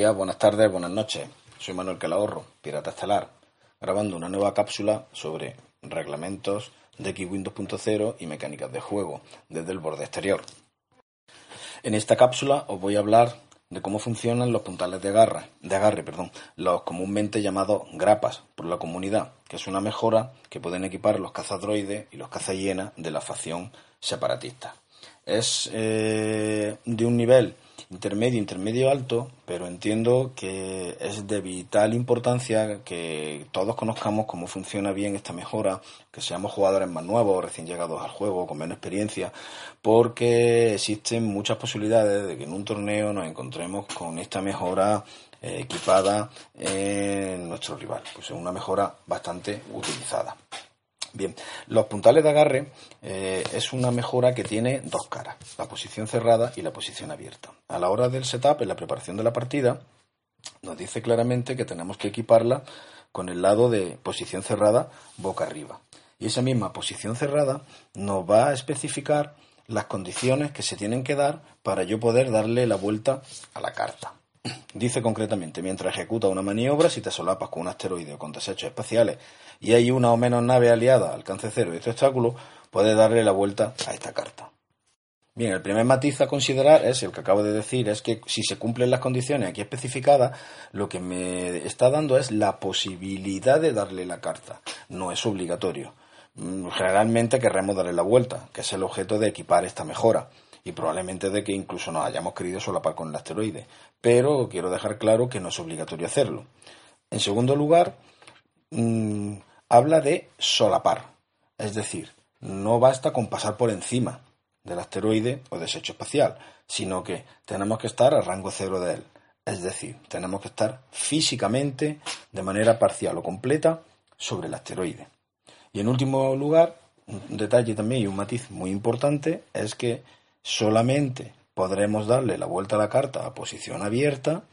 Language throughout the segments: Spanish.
días, buenas tardes, buenas noches. Soy Manuel Calahorro, pirata estelar, grabando una nueva cápsula sobre reglamentos de Xwing 2.0 y mecánicas de juego desde el borde exterior. En esta cápsula os voy a hablar de cómo funcionan los puntales de agarre, los comúnmente llamados grapas por la comunidad, que es una mejora que pueden equipar los cazadroides y los cazahienas de la facción separatista. Es de un nivel intermedio alto, pero entiendo que es de vital importancia que todos conozcamos cómo funciona bien esta mejora, que seamos jugadores más nuevos, recién llegados al juego, con menos experiencia, porque existen muchas posibilidades de que en un torneo nos encontremos con esta mejora equipada en nuestro rival. Pues es una mejora bastante utilizada. Bien, los puntales de agarre es una mejora que tiene dos caras, la posición cerrada y la posición abierta. A la hora del setup, en la preparación de la partida, nos dice claramente que tenemos que equiparla con el lado de posición cerrada boca arriba. Y esa misma posición cerrada nos va a especificar las condiciones que se tienen que dar para yo poder darle la vuelta a la carta. Dice concretamente, mientras ejecuta una maniobra, si te solapas con un asteroide o con desechos espaciales y hay una o menos nave aliada, alcance cero y este obstáculo, puedes darle la vuelta a esta carta. Bien, el primer matiz a considerar es el que acabo de decir, es que si se cumplen las condiciones aquí especificadas, lo que me está dando es la posibilidad de darle la carta, no es obligatorio. Generalmente querremos darle la vuelta, que es el objeto de equipar esta mejora, y probablemente de que incluso nos hayamos querido solapar con el asteroide, pero quiero dejar claro que no es obligatorio hacerlo. En segundo lugar, habla de solapar, es decir, no basta con pasar por encima del asteroide o desecho espacial, sino que tenemos que estar a rango cero de él, es decir, tenemos que estar físicamente, de manera parcial o completa, sobre el asteroide. Y en último lugar, un detalle también y un matiz muy importante es que solamente podremos darle la vuelta a la carta a posición abierta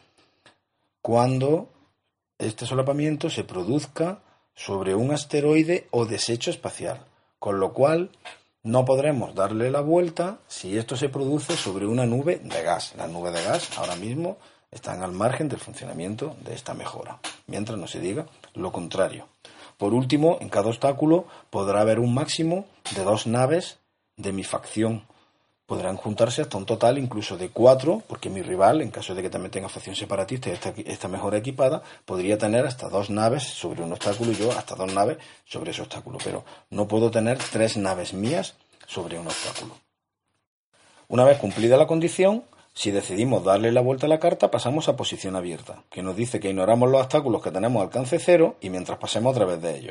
cuando este solapamiento se produzca sobre un asteroide o desecho espacial, con lo cual no podremos darle la vuelta si esto se produce sobre una nube de gas. Las nubes de gas ahora mismo están al margen del funcionamiento de esta mejora, mientras no se diga lo contrario. Por último, en cada obstáculo podrá haber un máximo de 2 naves de mi facción. Podrán juntarse hasta un total incluso de 4, porque mi rival, en caso de que también tenga facción separatista y esta mejora equipada, podría tener hasta 2 naves sobre un obstáculo y yo hasta 2 naves sobre ese obstáculo. Pero no puedo tener 3 naves mías sobre un obstáculo. Una vez cumplida la condición, si decidimos darle la vuelta a la carta, pasamos a posición abierta, que nos dice que ignoramos los obstáculos que tenemos alcance cero y mientras pasemos a través de ellos.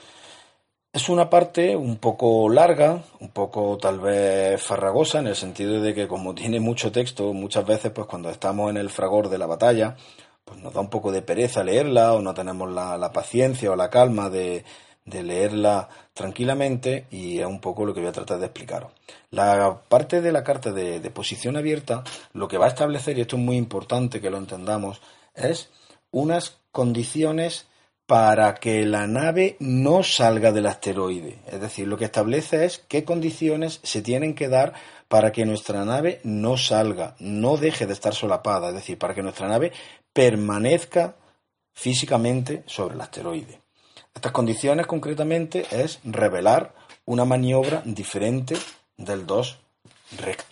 Es una parte un poco larga, un poco tal vez farragosa, en el sentido de que como tiene mucho texto, muchas veces pues cuando estamos en el fragor de la batalla, pues nos da un poco de pereza leerla o no tenemos la paciencia o la calma de leerla tranquilamente, y es un poco lo que voy a tratar de explicaros. La parte de la carta de posición abierta lo que va a establecer, y esto es muy importante que lo entendamos, es unas condiciones para que la nave no salga del asteroide. Es decir, lo que establece es qué condiciones se tienen que dar para que nuestra nave no salga, no deje de estar solapada, es decir, para que nuestra nave permanezca físicamente sobre el asteroide. Estas condiciones concretamente es revelar una maniobra diferente del 2 recto.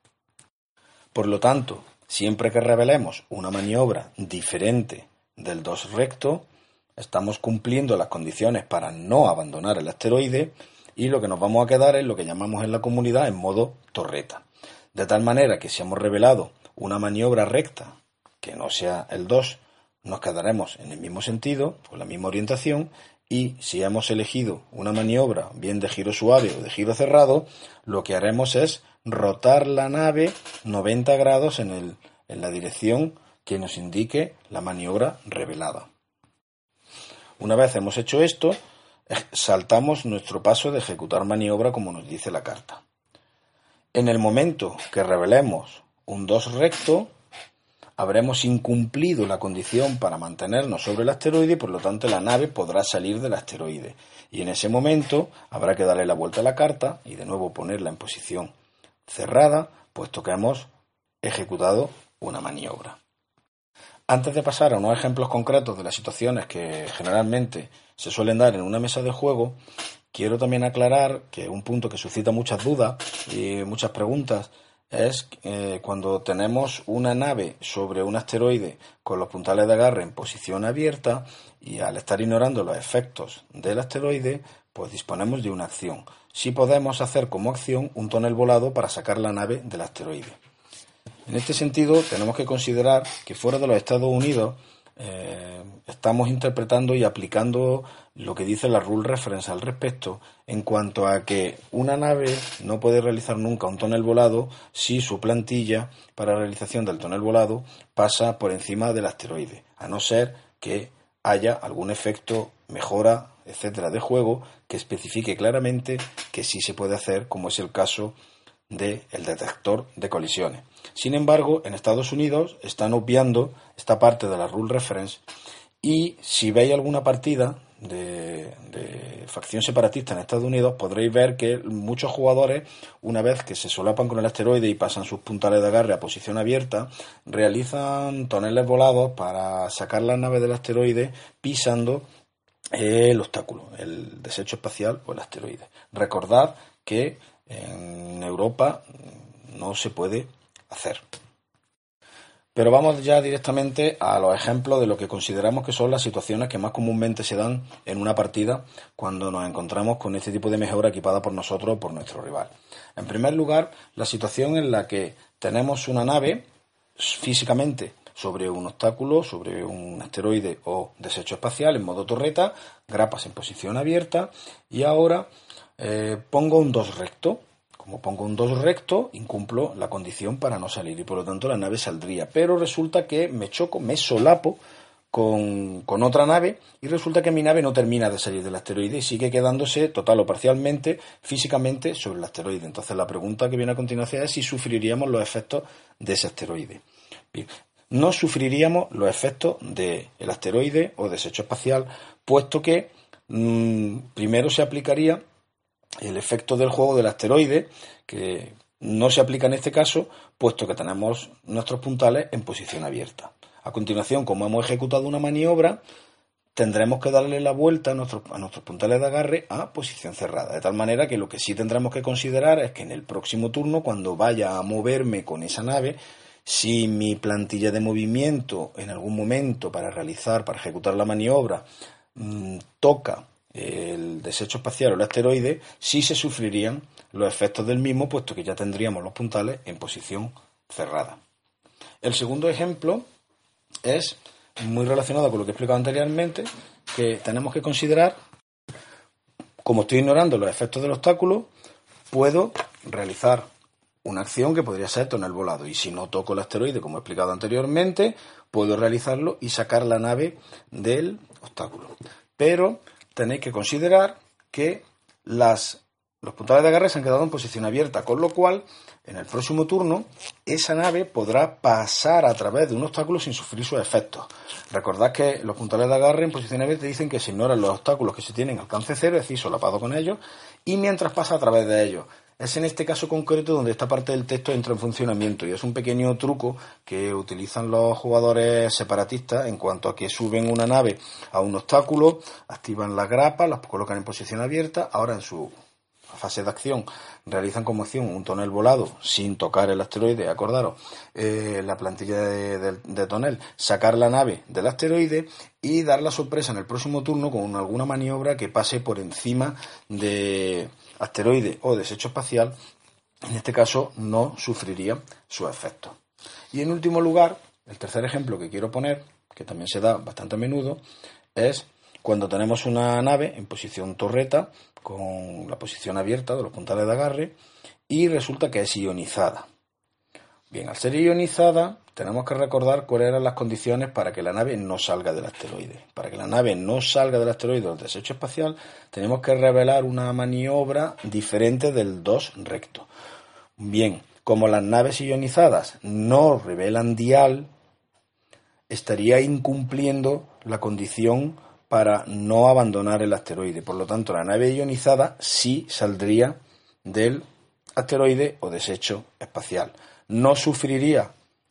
Por lo tanto, siempre que revelemos una maniobra diferente del 2 recto, estamos cumpliendo las condiciones para no abandonar el asteroide y lo que nos vamos a quedar es lo que llamamos en la comunidad en modo torreta. De tal manera que si hemos revelado una maniobra recta que no sea el 2, nos quedaremos en el mismo sentido, con la misma orientación, y si hemos elegido una maniobra bien de giro suave o de giro cerrado, lo que haremos es rotar la nave 90 grados en la dirección que nos indique la maniobra revelada. Una vez hemos hecho esto, saltamos nuestro paso de ejecutar maniobra como nos dice la carta. En el momento que revelemos un 2 recto, habremos incumplido la condición para mantenernos sobre el asteroide y por lo tanto la nave podrá salir del asteroide. Y en ese momento habrá que darle la vuelta a la carta y de nuevo ponerla en posición cerrada, puesto que hemos ejecutado una maniobra. Antes de pasar a unos ejemplos concretos de las situaciones que generalmente se suelen dar en una mesa de juego, quiero también aclarar que un punto que suscita muchas dudas y muchas preguntas es cuando tenemos una nave sobre un asteroide con los puntales de agarre en posición abierta y al estar ignorando los efectos del asteroide, pues disponemos de una acción. Sí podemos hacer como acción un tonel volado para sacar la nave del asteroide. En este sentido, tenemos que considerar que fuera de los Estados Unidos estamos interpretando y aplicando lo que dice la Rule Reference al respecto, en cuanto a que una nave no puede realizar nunca un tonel volado si su plantilla para la realización del tonel volado pasa por encima del asteroide, a no ser que haya algún efecto, mejora, etcétera, de juego que especifique claramente que sí se puede hacer, como es el caso del detector de colisiones. Sin embargo, en Estados Unidos están obviando esta parte de la Rule Reference y si veis alguna partida de facción separatista en Estados Unidos podréis ver que muchos jugadores, una vez que se solapan con el asteroide y pasan sus puntales de agarre a posición abierta, realizan toneles volados para sacar la nave del asteroide pisando el obstáculo, el desecho espacial o el asteroide. Recordad que en Europa no se puede hacer. Pero vamos ya directamente a los ejemplos de lo que consideramos que son las situaciones que más comúnmente se dan en una partida cuando nos encontramos con este tipo de mejora equipada por nosotros o por nuestro rival. En primer lugar, la situación en la que tenemos una nave físicamente sobre un obstáculo, sobre un asteroide o desecho espacial en modo torreta, grapas en posición abierta y ahora pongo un 2 recto. Como pongo un 2 recto, incumplo la condición para no salir y por lo tanto la nave saldría. Pero resulta que me choco, me solapo con otra nave y resulta que mi nave no termina de salir del asteroide y sigue quedándose total o parcialmente físicamente sobre el asteroide. Entonces la pregunta que viene a continuación es si sufriríamos los efectos de ese asteroide. Bien, no sufriríamos los efectos del asteroide o desecho espacial, puesto que primero se aplicaría el efecto del juego del asteroide, que no se aplica en este caso, puesto que tenemos nuestros puntales en posición abierta. A continuación, como hemos ejecutado una maniobra, tendremos que darle la vuelta a nuestros puntales de agarre a posición cerrada. De tal manera que lo que sí tendremos que considerar es que en el próximo turno, cuando vaya a moverme con esa nave, si mi plantilla de movimiento en algún momento para ejecutar la maniobra, toca el desecho espacial o el asteroide, sí se sufrirían los efectos del mismo, puesto que ya tendríamos los puntales en posición cerrada. El segundo ejemplo es muy relacionado con lo que he explicado anteriormente, que tenemos que considerar, como estoy ignorando los efectos del obstáculo, puedo realizar una acción que podría ser tonel volado, y si no toco el asteroide, como he explicado anteriormente, puedo realizarlo y sacar la nave del obstáculo. Pero tenéis que considerar que los puntales de agarre se han quedado en posición abierta, con lo cual en el próximo turno esa nave podrá pasar a través de un obstáculo sin sufrir sus efectos. Recordad que los puntales de agarre en posición abierta dicen que se ignoran los obstáculos que se tienen alcance cero, es decir, solapado con ellos, y mientras pasa a través de ellos. Es en este caso concreto donde esta parte del texto entra en funcionamiento y es un pequeño truco que utilizan los jugadores separatistas en cuanto a que suben una nave a un obstáculo, activan las grapas, las colocan en posición abierta, ahora en su fase de acción realizan como acción un tonel volado sin tocar el asteroide, acordaros, la plantilla de tonel, sacar la nave del asteroide y dar la sorpresa en el próximo turno con alguna maniobra que pase por encima de asteroide o desecho espacial. En este caso no sufriría sus efectos. Y en último lugar, el tercer ejemplo que quiero poner, que también se da bastante a menudo, es cuando tenemos una nave en posición torreta con la posición abierta de los puntales de agarre y resulta que es ionizada. Bien, al ser ionizada tenemos que recordar cuáles eran las condiciones para que la nave no salga del asteroide. Para que la nave no salga del asteroide o del desecho espacial tenemos que revelar una maniobra diferente del 2 recto. Bien, como las naves ionizadas no revelan dial, estaría incumpliendo la condición para no abandonar el asteroide. Por lo tanto, la nave ionizada sí saldría del asteroide o desecho espacial. No sufriría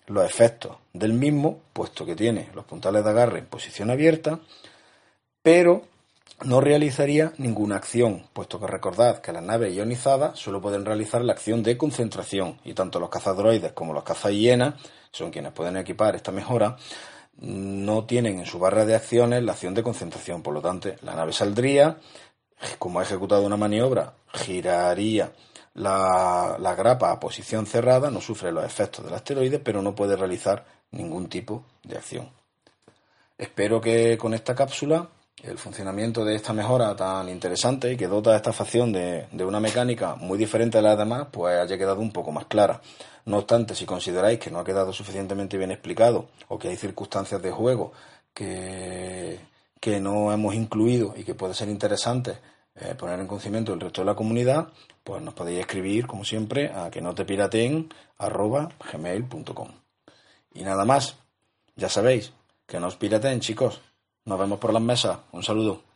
los efectos del mismo, puesto que tiene los puntales de agarre en posición abierta, pero no realizaría ninguna acción, puesto que recordad que las naves ionizadas solo pueden realizar la acción de concentración, y tanto los cazadroides como los cazahienas, son quienes pueden equipar esta mejora, no tienen en su barra de acciones la acción de concentración. Por lo tanto, la nave saldría, como ha ejecutado una maniobra, giraría la grapa a posición cerrada, no sufre los efectos del asteroide, pero no puede realizar ningún tipo de acción. Espero que con esta cápsula el funcionamiento de esta mejora tan interesante y que dota a esta facción de una mecánica muy diferente a las demás, pues haya quedado un poco más clara. No obstante, si consideráis que no ha quedado suficientemente bien explicado o que hay circunstancias de juego que no hemos incluido y que puede ser interesante poner en conocimiento del resto de la comunidad, pues nos podéis escribir, como siempre, a quenotepirateen@gmail.com. Y nada más, ya sabéis, que no os pirateen, chicos. Nos vemos por las mesas. Un saludo.